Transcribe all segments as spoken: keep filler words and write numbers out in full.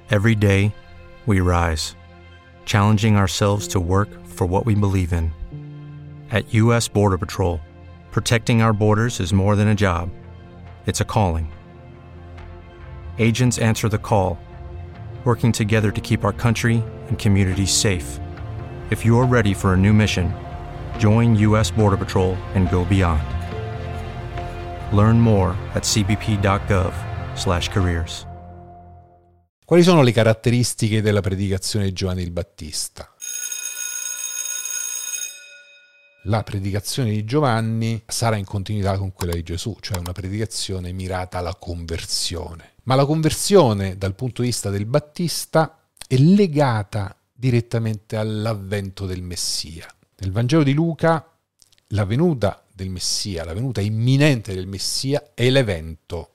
Every day, we rise, challenging ourselves to work for what we believe in. At U S Border Patrol, protecting our borders is more than a job. It's a calling. Agents answer the call, working together to keep our country and communities safe. If you're ready for a new mission, join U S Border Patrol and go beyond. Learn more at c b p dot gov slash careers. Quali sono le caratteristiche della predicazione di Giovanni il Battista? La predicazione di Giovanni sarà in continuità con quella di Gesù, cioè una predicazione mirata alla conversione. Ma la conversione, dal punto di vista del Battista, è legata direttamente all'avvento del Messia. Nel Vangelo di Luca, la venuta del Messia, la venuta imminente del Messia, è l'evento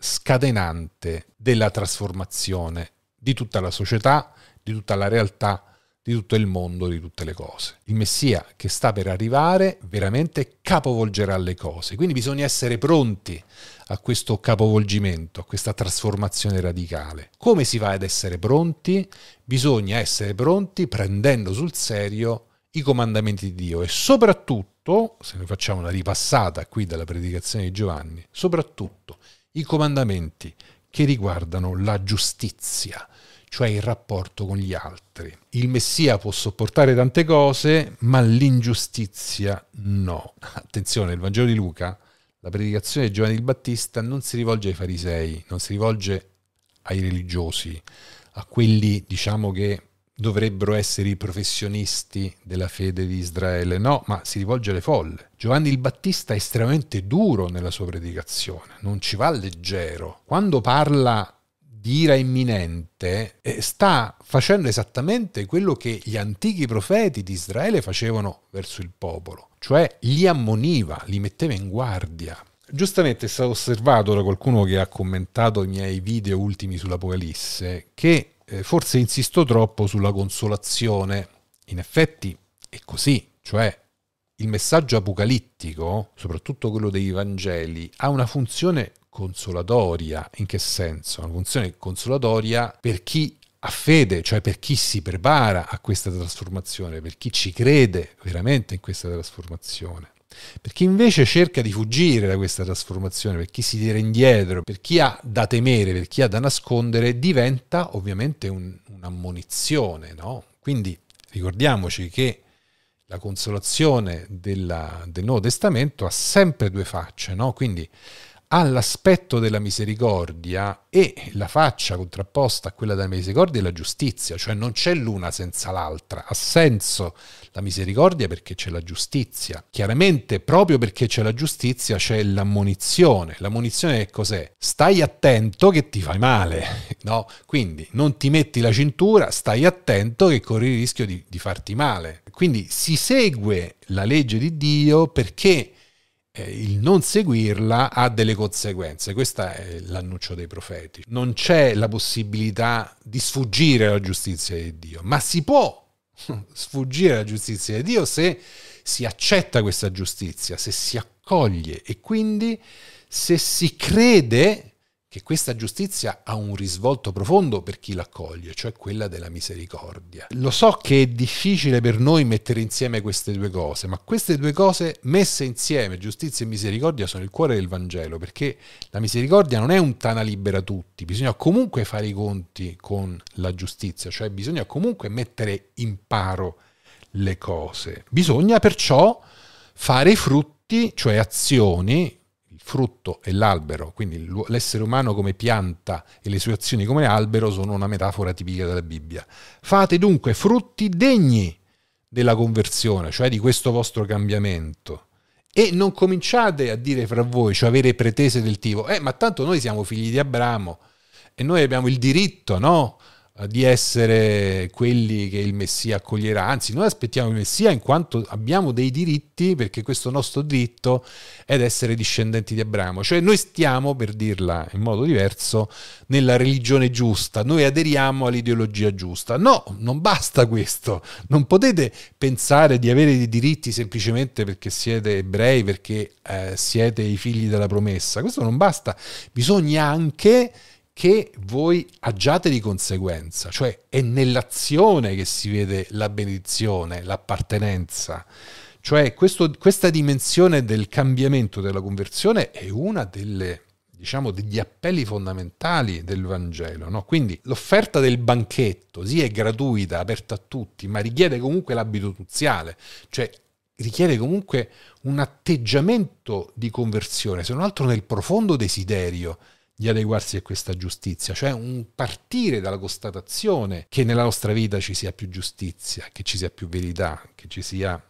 scatenante della trasformazione di tutta la società, di tutta la realtà, di tutto il mondo, di tutte le cose. Il Messia che sta per arrivare veramente capovolgerà le cose, quindi bisogna essere pronti a questo capovolgimento, a questa trasformazione radicale. Come si fa ad essere pronti? Bisogna essere pronti prendendo sul serio i comandamenti di Dio e soprattutto, se noi facciamo una ripassata qui dalla predicazione di Giovanni, soprattutto i comandamenti che riguardano la giustizia, cioè il rapporto con gli altri. Il Messia può sopportare tante cose, ma l'ingiustizia no. Attenzione, il Vangelo di Luca, la predicazione di Giovanni il Battista non si rivolge ai farisei, non si rivolge ai religiosi, a quelli, diciamo, che dovrebbero essere i professionisti della fede di Israele, no, ma si rivolge alle folle. Giovanni il Battista è estremamente duro nella sua predicazione, non ci va leggero. Quando parla di ira imminente, eh, sta facendo esattamente quello che gli antichi profeti di Israele facevano verso il popolo, cioè li ammoniva, li metteva in guardia. Giustamente è stato osservato da qualcuno che ha commentato i miei video ultimi sull'Apocalisse che eh, forse insisto troppo sulla consolazione. In effetti è così, cioè il messaggio apocalittico, soprattutto quello dei Vangeli, ha una funzione consolatoria. In che senso? Una funzione consolatoria per chi ha fede, cioè per chi si prepara a questa trasformazione, per chi ci crede veramente in questa trasformazione. Per chi invece cerca di fuggire da questa trasformazione, per chi si tira indietro, per chi ha da temere, per chi ha da nascondere, diventa ovviamente un, un'ammonizione, no? Quindi ricordiamoci che la consolazione della, del Nuovo Testamento ha sempre due facce, no? Quindi ha l'aspetto della misericordia e la faccia contrapposta a quella della misericordia è la giustizia, cioè non c'è l'una senza l'altra. Ha senso la misericordia perché c'è la giustizia. Chiaramente proprio perché c'è la giustizia c'è l'ammonizione. L'ammonizione che cos'è? Stai attento che ti fai male, no? Quindi non ti metti la cintura, stai attento che corri il rischio di, di farti male. Quindi si segue la legge di Dio perché Eh, il non seguirla ha delle conseguenze. Questo è l'annuncio dei profeti. Non c'è la possibilità di sfuggire alla giustizia di Dio, ma si può sfuggire alla giustizia di Dio se si accetta questa giustizia, se si accoglie e quindi se si crede che questa giustizia ha un risvolto profondo per chi l'accoglie, cioè quella della misericordia. Lo so che è difficile per noi mettere insieme queste due cose, ma queste due cose messe insieme, giustizia e misericordia, sono il cuore del Vangelo, perché la misericordia non è un tana libera tutti, bisogna comunque fare i conti con la giustizia, cioè bisogna comunque mettere in paro le cose. Bisogna perciò fare i frutti, cioè azioni, frutto e l'albero, quindi l'essere umano come pianta e le sue azioni come albero sono una metafora tipica della Bibbia. Fate dunque frutti degni della conversione, cioè di questo vostro cambiamento, e non cominciate a dire fra voi, cioè avere pretese del tipo eh ma tanto noi siamo figli di Abramo e noi abbiamo il diritto, no? Di essere quelli che il Messia accoglierà, anzi noi aspettiamo il Messia in quanto abbiamo dei diritti, perché questo nostro diritto è di essere discendenti di Abramo, cioè noi stiamo, per dirla in modo diverso, nella religione giusta, noi aderiamo all'ideologia giusta. No, non basta questo, non potete pensare di avere dei diritti semplicemente perché siete ebrei, perché eh, siete i figli della promessa, questo non basta, bisogna anche che voi agiate di conseguenza, cioè è nell'azione che si vede la benedizione, l'appartenenza. Cioè questo, questa dimensione del cambiamento, della conversione è una delle, diciamo, degli appelli fondamentali del Vangelo, no? Quindi l'offerta del banchetto, sì, è gratuita, aperta a tutti, ma richiede comunque l'abito nuziale, cioè richiede comunque un atteggiamento di conversione, se non altro nel profondo desiderio di adeguarsi a questa giustizia, cioè un partire dalla constatazione che nella nostra vita ci sia più giustizia, che ci sia più verità, che ci sia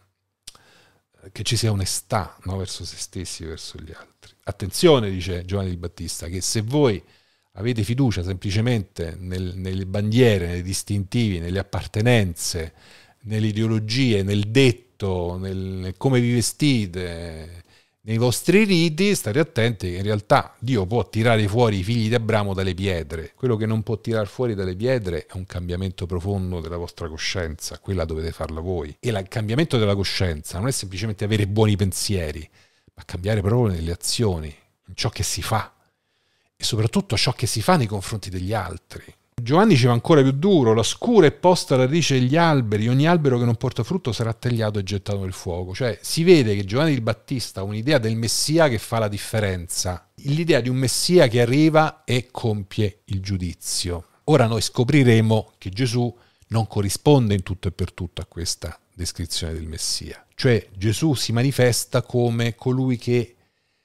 che ci sia onestà, no? Verso se stessi, verso gli altri. Attenzione, dice Giovanni il Battista, che se voi avete fiducia semplicemente nel, nelle bandiere, nei distintivi, nelle appartenenze, nelle ideologie, nel detto, nel, nel come vi vestite, nei vostri riti, state attenti che in realtà Dio può tirare fuori i figli di Abramo dalle pietre. Quello che non può tirare fuori dalle pietre è un cambiamento profondo della vostra coscienza, quella dovete farla voi. E il cambiamento della coscienza non è semplicemente avere buoni pensieri, ma cambiare proprio nelle azioni, in ciò che si fa e soprattutto ciò che si fa nei confronti degli altri. Giovanni ci va ancora più duro: la scura è posta alla radice degli alberi, ogni albero che non porta frutto sarà tagliato e gettato nel fuoco. Cioè si vede che Giovanni il Battista ha un'idea del Messia che fa la differenza, l'idea di un Messia che arriva e compie il giudizio. Ora noi scopriremo che Gesù non corrisponde in tutto e per tutto a questa descrizione del Messia, cioè Gesù si manifesta come colui che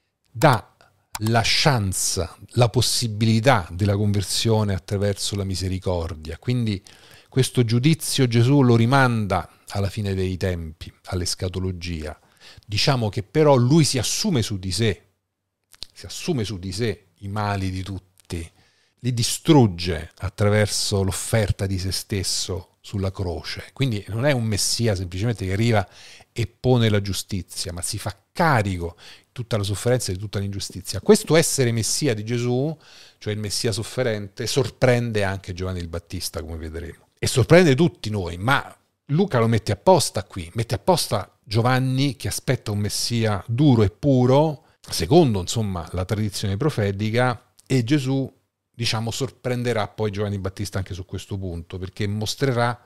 dà la chance, la possibilità della conversione attraverso la misericordia. Quindi questo giudizio Gesù lo rimanda alla fine dei tempi, all'escatologia. Diciamo che però lui si assume su di sé, si assume su di sé i mali di tutti, li distrugge attraverso l'offerta di se stesso sulla croce. Quindi non è un Messia semplicemente che arriva e pone la giustizia, ma si fa carico di tutta la sofferenza e di tutta l'ingiustizia. Questo essere Messia di Gesù, cioè il Messia sofferente, sorprende anche Giovanni il Battista, come vedremo. E sorprende tutti noi, ma Luca lo mette apposta qui, mette apposta Giovanni che aspetta un Messia duro e puro, secondo insomma la tradizione profetica, e Gesù, diciamo, sorprenderà poi Giovanni Battista anche su questo punto, perché mostrerà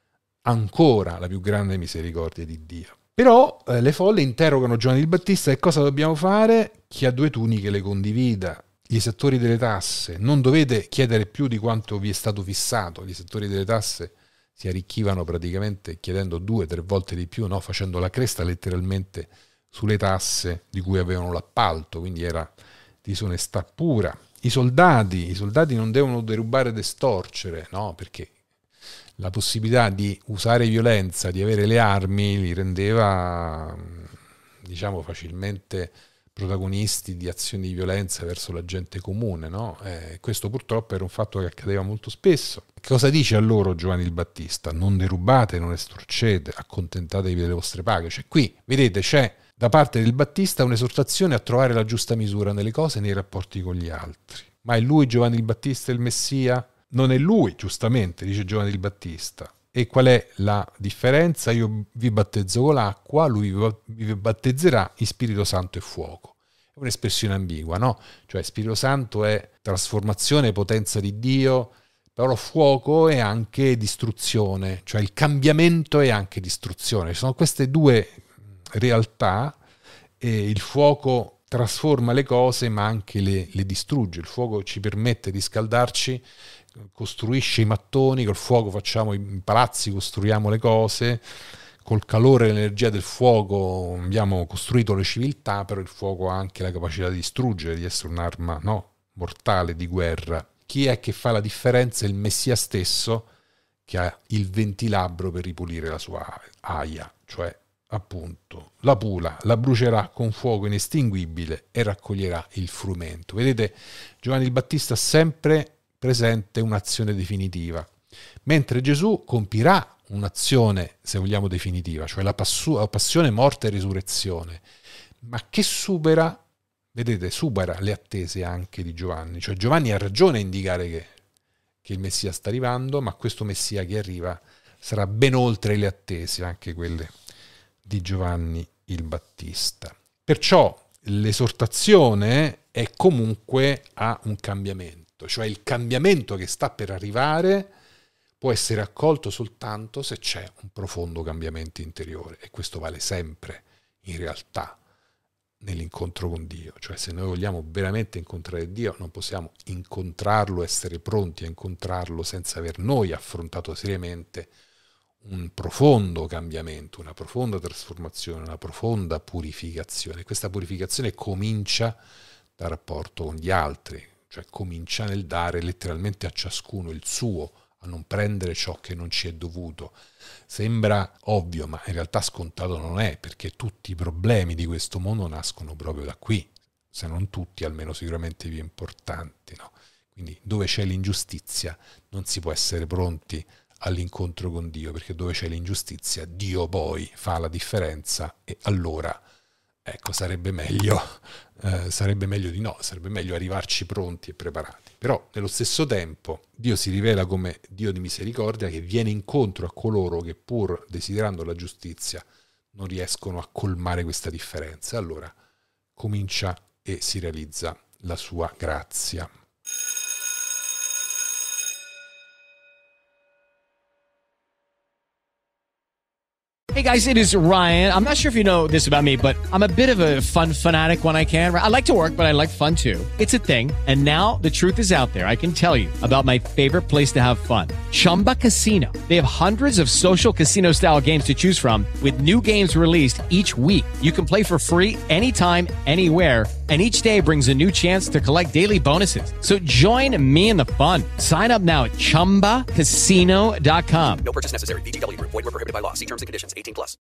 ancora la più grande misericordia di Dio. Però eh, le folle interrogano Giovanni il Battista: e cosa dobbiamo fare? Chi ha due tuniche le condivida. Gli esettori delle tasse: non dovete chiedere più di quanto vi è stato fissato. Gli esettori delle tasse si arricchivano praticamente chiedendo due, tre volte di più, no? Facendo la cresta letteralmente sulle tasse di cui avevano l'appalto, quindi era disonestà pura. I soldati, i soldati non devono derubare ed estorcere, no? Perché la possibilità di usare violenza, di avere le armi, li rendeva, diciamo, facilmente protagonisti di azioni di violenza verso la gente comune, no? Eh, questo purtroppo era un fatto che accadeva molto spesso. Cosa dice a loro Giovanni il Battista? Non derubate, non estorcete, accontentatevi delle vostre paghe. Cioè qui, vedete, c'è da parte del Battista un'esortazione a trovare la giusta misura nelle cose e nei rapporti con gli altri. Ma è lui Giovanni il Battista il Messia? Non è lui, giustamente, dice Giovanni il Battista. E qual è la differenza? Io vi battezzo con l'acqua, lui vi battezzerà in Spirito Santo e fuoco. È un'espressione ambigua, no? Cioè Spirito Santo è trasformazione, potenza di Dio, però fuoco è anche distruzione, cioè il cambiamento è anche distruzione. Ci sono queste due realtà, e il fuoco trasforma le cose ma anche le, le distrugge. Il fuoco ci permette di scaldarci, costruisce i mattoni, col fuoco facciamo i palazzi, costruiamo le cose, col calore e l'energia del fuoco abbiamo costruito le civiltà, però il fuoco ha anche la capacità di distruggere, di essere un'arma, no, mortale, di guerra. Chi è che fa la differenza? È il Messia stesso, che ha il ventilabro per ripulire la sua aia, cioè appunto la pula, la brucerà con fuoco inestinguibile e raccoglierà il frumento. Vedete, Giovanni il Battista ha sempre presente un'azione definitiva, mentre Gesù compirà un'azione, se vogliamo, definitiva, cioè la, passu- la passione, morte e risurrezione, ma che supera, vedete, supera le attese anche di Giovanni. Cioè Giovanni ha ragione a indicare che, che il Messia sta arrivando, ma questo Messia che arriva sarà ben oltre le attese, anche quelle di Giovanni il Battista. Perciò l'esortazione è comunque a un cambiamento. cambiamento, cioè il cambiamento che sta per arrivare può essere accolto soltanto se c'è un profondo cambiamento interiore, e questo vale sempre in realtà nell'incontro con Dio. Cioè, se noi vogliamo veramente incontrare Dio, non possiamo incontrarlo, essere pronti a incontrarlo senza aver noi affrontato seriamente un profondo cambiamento, una profonda trasformazione, una profonda purificazione. Questa purificazione comincia dal rapporto con gli altri, cioè comincia nel dare letteralmente a ciascuno il suo, a non prendere ciò che non ci è dovuto. Sembra ovvio, ma in realtà scontato non è, perché tutti i problemi di questo mondo nascono proprio da qui, se non tutti, almeno sicuramente i più importanti, no? Quindi dove c'è l'ingiustizia non si può essere pronti all'incontro con Dio, perché dove c'è l'ingiustizia Dio poi fa la differenza, e allora ecco sarebbe meglio eh, sarebbe meglio di no, sarebbe meglio arrivarci pronti e preparati. Però nello stesso tempo Dio si rivela come Dio di misericordia, che viene incontro a coloro che pur desiderando la giustizia non riescono a colmare questa differenza. Allora comincia e si realizza la sua grazia. Hey guys, it is Ryan. I'm not sure if you know this about me, but I'm a bit of a fun fanatic when I can. I like to work, but I like fun too. It's a thing. And now the truth is out there. I can tell you about my favorite place to have fun. Chumba Casino. They have hundreds of social casino style games to choose from, with new games released each week. You can play for free anytime, anywhere. And each day brings a new chance to collect daily bonuses. So join me in the fun. Sign up now at chumba casino dot com. No purchase necessary. V G W Group. Void where prohibited by law. See terms and conditions. eighteen plus.